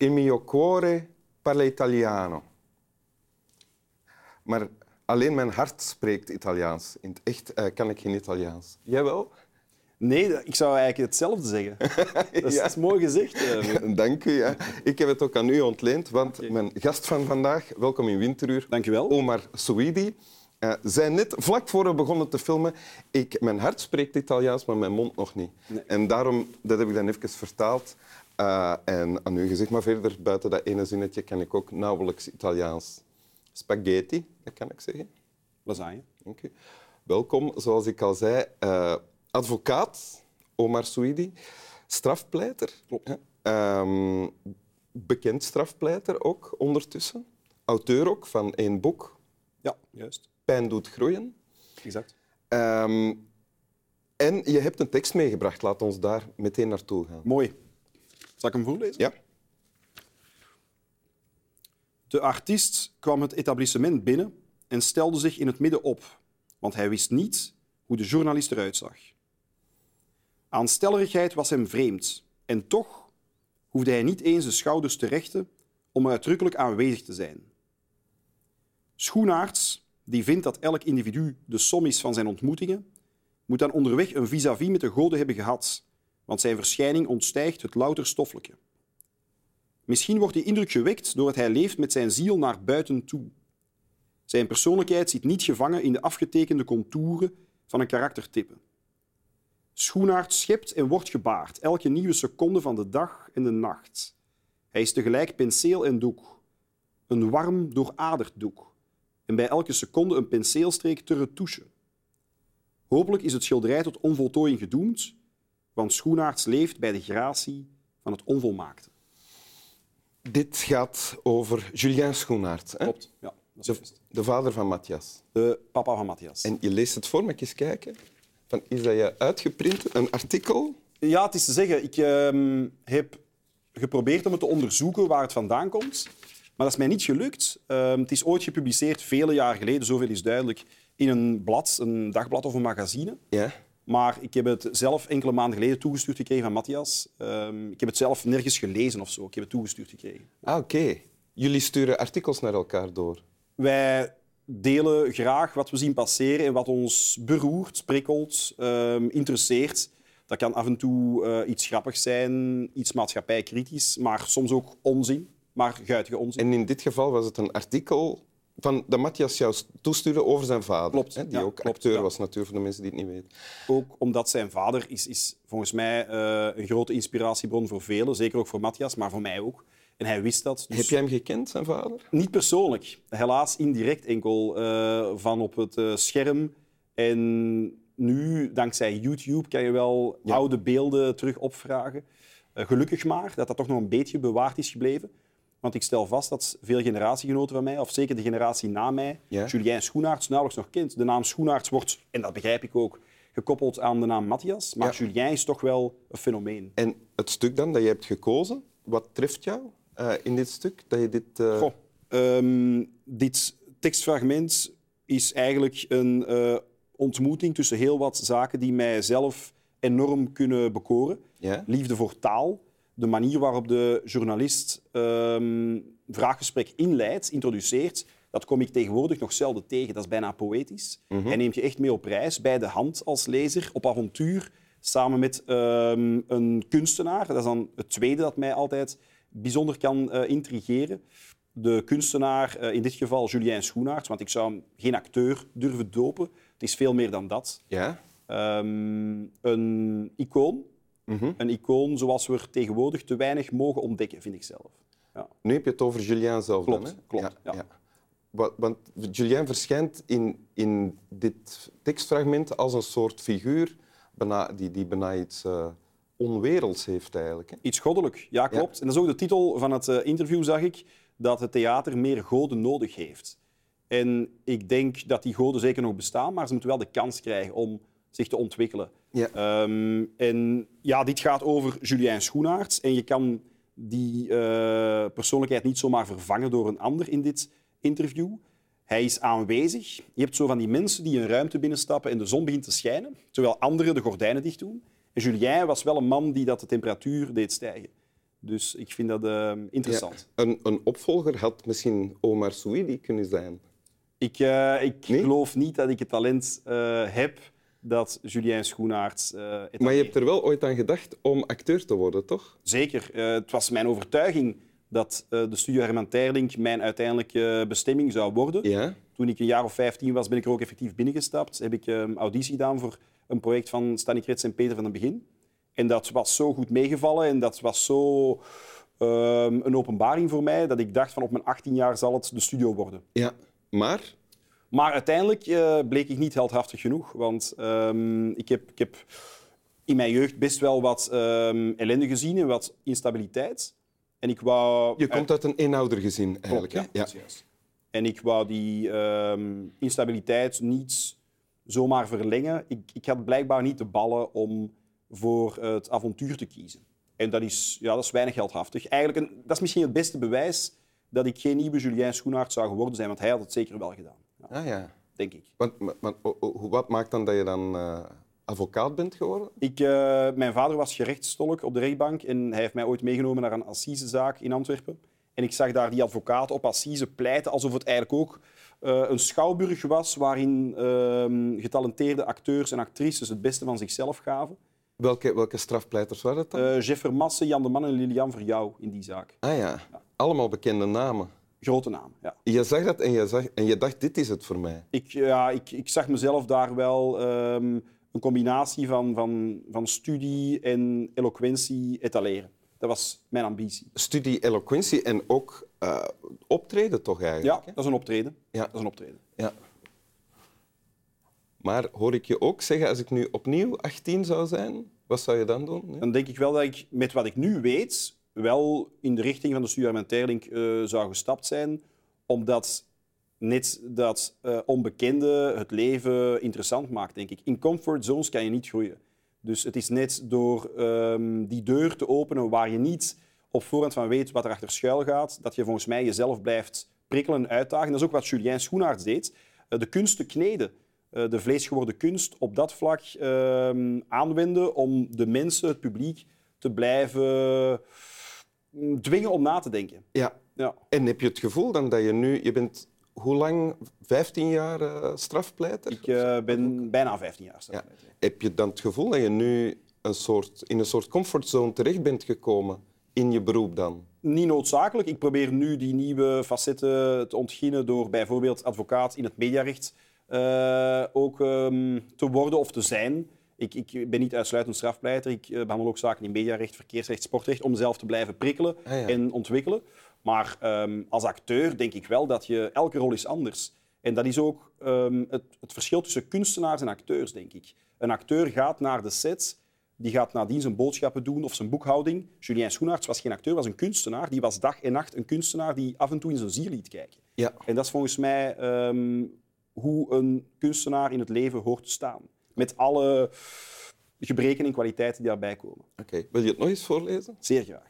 Il mio cuore parla italiano. Maar alleen mijn hart spreekt Italiaans. In het echt kan ik geen Italiaans. Jij wel? Nee, ik zou eigenlijk hetzelfde zeggen. Dat is mooi gezegd. Dank u. Ja. Ik heb het ook aan u ontleend, want mijn gast van vandaag, welkom in Winteruur, Dank u wel. Omar Souidi, zei net, vlak voor we begonnen te filmen, mijn hart spreekt Italiaans, maar mijn mond nog niet. Nee. En daarom, dat heb ik dan even vertaald en aan u gezegd. Maar verder, buiten dat ene zinnetje, kan ik ook nauwelijks Italiaans. Spaghetti, dat kan ik zeggen. Lasagne. Dank u. Welkom, zoals ik al zei, advocaat Omar Souidi, strafpleiter. Bekend strafpleiter ook ondertussen. Auteur ook van 1 boek. Ja, juist. Pijn doet groeien. Exact. En je hebt een tekst meegebracht. Laat ons daar meteen naartoe gaan. Mooi. Zal ik hem voorlezen? Ja. De artiest kwam het etablissement binnen en stelde zich in het midden op, want hij wist niet hoe de journalist eruit zag. Aanstellerigheid was hem vreemd en toch hoefde hij niet eens de schouders te rechten om uitdrukkelijk aanwezig te zijn. Schoenaerts, die vindt dat elk individu de som is van zijn ontmoetingen, moet dan onderweg een vis-à-vis met de goden hebben gehad, want zijn verschijning ontstijgt het louter stoffelijke. Misschien wordt die indruk gewekt doordat hij leeft met zijn ziel naar buiten toe. Zijn persoonlijkheid zit niet gevangen in de afgetekende contouren van een karaktertype. Schoenaerts schept en wordt gebaard, elke nieuwe seconde van de dag en de nacht. Hij is tegelijk penseel en doek. Een warm, dooraderd doek. En bij elke seconde een penseelstreek te retouche. Hopelijk is het schilderij tot onvoltooiing gedoemd, want Schoenaerts leeft bij de gratie van het onvolmaakte. Dit gaat over Julien Schoenaerts. Hè? Klopt, ja. De vader van Matthias. De papa van Matthias. En je leest het voor, mag ik eens kijken? Is dat je uitgeprint, een artikel? Ja, het is te zeggen. Ik heb geprobeerd om het te onderzoeken waar het vandaan komt. Maar dat is mij niet gelukt. Het is ooit gepubliceerd, vele jaren geleden, zoveel is duidelijk, in een blad, een dagblad of een magazine. Ja. Maar ik heb het zelf enkele maanden geleden toegestuurd gekregen van Matthias. Ik heb het zelf nergens gelezen of zo. Ik heb het toegestuurd gekregen. Ah, oké. Jullie sturen artikels naar elkaar door? Wij delen graag wat we zien passeren en wat ons beroert, prikkelt, interesseert. Dat kan af en toe iets grappigs zijn, iets maatschappijkritisch, maar soms ook onzin, maar guitige onzin. En in dit geval was het een artikel dat Matthias jou toestuurde over zijn vader. Klopt. Hè, die ja, ook klopt, acteur ja. was, natuurlijk, voor de mensen die het niet weten. Ook omdat zijn vader is volgens mij een grote inspiratiebron voor velen, zeker ook voor Matthias, maar voor mij ook. En hij wist dat. Dus heb jij hem gekend, zijn vader? niet persoonlijk. Helaas indirect enkel van op het scherm. En nu, dankzij YouTube, kan je wel oude beelden terug opvragen. Gelukkig maar dat dat toch nog een beetje bewaard is gebleven. Want ik stel vast dat veel generatiegenoten van mij, of zeker de generatie na mij, Julien Schoenaerts nauwelijks nog kent. De naam Schoenaerts wordt, en dat begrijp ik ook, gekoppeld aan de naam Matthias. Maar Julien is toch wel een fenomeen. En het stuk dan dat je hebt gekozen, wat treft jou in dit stuk? Dat je dit, dit tekstfragment is eigenlijk een ontmoeting tussen heel wat zaken die mij zelf enorm kunnen bekoren. Ja? Liefde voor taal, de manier waarop de journalist vraaggesprek inleidt, introduceert, dat kom ik tegenwoordig nog zelden tegen. Dat is bijna poëtisch. Hij neemt je echt mee op reis, bij de hand als lezer, op avontuur, samen met een kunstenaar. Dat is dan het tweede dat mij altijd bijzonder kan intrigeren. De kunstenaar, in dit geval Julien Schoenaerts, want ik zou hem geen acteur durven dopen. Het is veel meer dan dat. Ja? Een icoon. Een icoon zoals we er tegenwoordig te weinig mogen ontdekken, vind ik zelf. Ja. Nu heb je het over Julien zelf. Klopt, dan, hè? klopt. Ja, ja. Want Julien verschijnt in dit tekstfragment als een soort figuur die bijna iets onwerelds heeft eigenlijk. Hè? Iets goddelijk, ja, klopt. En dat is ook de titel van het interview, zag ik, dat het theater meer goden nodig heeft. En ik denk dat die goden zeker nog bestaan, maar ze moeten wel de kans krijgen om zich te ontwikkelen. Ja. En ja, dit gaat over Julien Schoenaerts. En je kan die persoonlijkheid niet zomaar vervangen door een ander in dit interview. Hij is aanwezig. Je hebt zo van die mensen die een ruimte binnenstappen en de zon begint te schijnen, terwijl anderen de gordijnen dicht doen. En Julien was wel een man die dat de temperatuur deed stijgen. Dus ik vind dat interessant. Ja. Een opvolger had misschien Omar Souidi kunnen zijn. Ik geloof niet dat ik het talent heb dat Julien Schoenaerts Maar je hebt er wel ooit aan gedacht om acteur te worden, toch? Zeker. Het was mijn overtuiging dat de Studio Herman Terling mijn uiteindelijke bestemming zou worden. Ja. Toen ik een jaar of 15 was, ben ik er ook effectief binnengestapt. Heb ik auditie gedaan voor een project van Stanny Krets en Peter van den Begin. En dat was zo goed meegevallen en dat was zo een openbaring voor mij dat ik dacht van op mijn 18 jaar zal het de studio worden. Ja, maar... Maar uiteindelijk bleek ik niet heldhaftig genoeg, want ik heb in mijn jeugd best wel wat ellende gezien en wat instabiliteit. En ik wou... Je komt uit een eenoudergezin eigenlijk. Klopt, hè? ja. Juist. En ik wou die instabiliteit niet zomaar verlengen. Ik had blijkbaar niet de ballen om voor het avontuur te kiezen. En dat is weinig heldhaftig. Eigenlijk dat is misschien het beste bewijs dat ik geen nieuwe Julien Schoenaerts zou geworden zijn, want hij had het zeker wel gedaan. Ja, Ah ja. denk ik. Wat maakt dan dat je dan advocaat bent geworden? Mijn vader was gerechtstolk op de rechtbank en hij heeft mij ooit meegenomen naar een assisezaak in Antwerpen. En ik zag daar die advocaat op assise pleiten alsof het eigenlijk ook een schouwburg was waarin getalenteerde acteurs en actrices het beste van zichzelf gaven. Welke strafpleiters waren dat dan? Jeff Vermassen, Jan de Man en Lilian Verjouw in die zaak. Ah ja. Allemaal bekende namen. Grote namen, ja. Je zag dat en je dacht, dit is het voor mij. Ik zag mezelf daar wel een combinatie van studie en eloquentie etaleren. Dat was mijn ambitie. Studie eloquentie en ook optreden toch eigenlijk? Ja, dat is een optreden. Ja. Dat is een optreden. Ja. Maar hoor ik je ook zeggen, als ik nu opnieuw 18 zou zijn, wat zou je dan doen? Nee? Dan denk ik wel dat ik met wat ik nu weet wel in de richting van de Studio Herman Terling zou gestapt zijn, omdat net dat onbekende het leven interessant maakt, denk ik. In comfortzones kan je niet groeien. Dus het is net door die deur te openen waar je niet op voorhand van weet wat er achter schuil gaat, dat je volgens mij jezelf blijft prikkelen en uitdagen. Dat is ook wat Julien Schoenaerts deed. De kunst te kneden, de vleesgeworden kunst, op dat vlak aanwenden om de mensen, het publiek, te blijven dwingen om na te denken. Ja. Ja. En heb je het gevoel dan dat je nu... Je bent hoe lang? 15 jaar strafpleiter? Ik ben bijna 15 jaar strafpleiter. Ja. Heb je dan het gevoel dat je nu in een soort comfortzone terecht bent gekomen in je beroep dan? Niet noodzakelijk. Ik probeer nu die nieuwe facetten te ontginnen door bijvoorbeeld advocaat in het mediarecht ook te worden of te zijn. Ik ben niet uitsluitend strafpleiter. Ik behandel ook zaken in mediarecht, verkeersrecht, sportrecht, om zelf te blijven prikkelen en ontwikkelen. Maar als acteur denk ik wel dat elke rol is anders. En dat is ook het verschil tussen kunstenaars en acteurs, denk ik. Een acteur gaat naar de set, die gaat nadien zijn boodschappen doen of zijn boekhouding. Julien Schoenaerts was geen acteur, was een kunstenaar. Die was dag en nacht een kunstenaar die af en toe in zijn ziel liet kijken. Ja. En dat is volgens mij hoe een kunstenaar in het leven hoort te staan. Met alle gebreken en kwaliteiten die daarbij komen. Oké. Wil je het nog eens voorlezen? Zeer graag.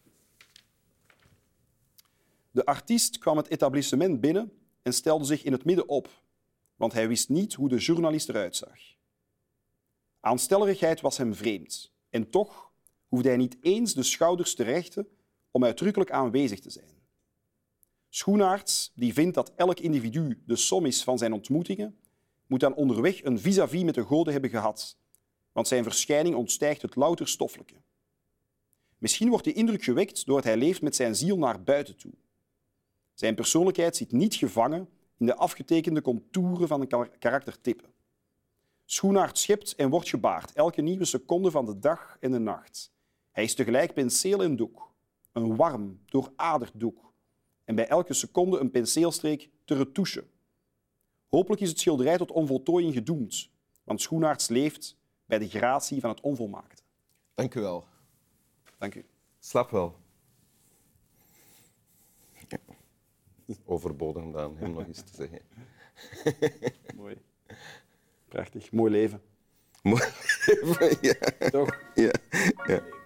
De artiest kwam het etablissement binnen en stelde zich in het midden op, want hij wist niet hoe de journalist eruit zag. Aanstellerigheid was hem vreemd en toch hoefde hij niet eens de schouders te rechten om uitdrukkelijk aanwezig te zijn. Schoenaerts, die vindt dat elk individu de som is van zijn ontmoetingen, moet dan onderweg een vis-à-vis met de goden hebben gehad, want zijn verschijning ontstijgt het louter stoffelijke. Misschien wordt de indruk gewekt doordat hij leeft met zijn ziel naar buiten toe. Zijn persoonlijkheid zit niet gevangen in de afgetekende contouren van een karaktertype. Schoenaerts schept en wordt gebaard elke nieuwe seconde van de dag en de nacht. Hij is tegelijk penseel en doek, een warm, dooraderd doek, en bij elke seconde een penseelstreek te retouchen. Hopelijk is het schilderij tot onvoltooiing gedoemd, want Schoenaerts leeft bij de gratie van het onvolmaakte. Dank u wel. Dank u. Slaap wel. Ja. Overbodig om aan hem nog eens te zeggen. Mooi. Prachtig. Mooi leven. Mooi. Ja. Toch? Ja. Ja.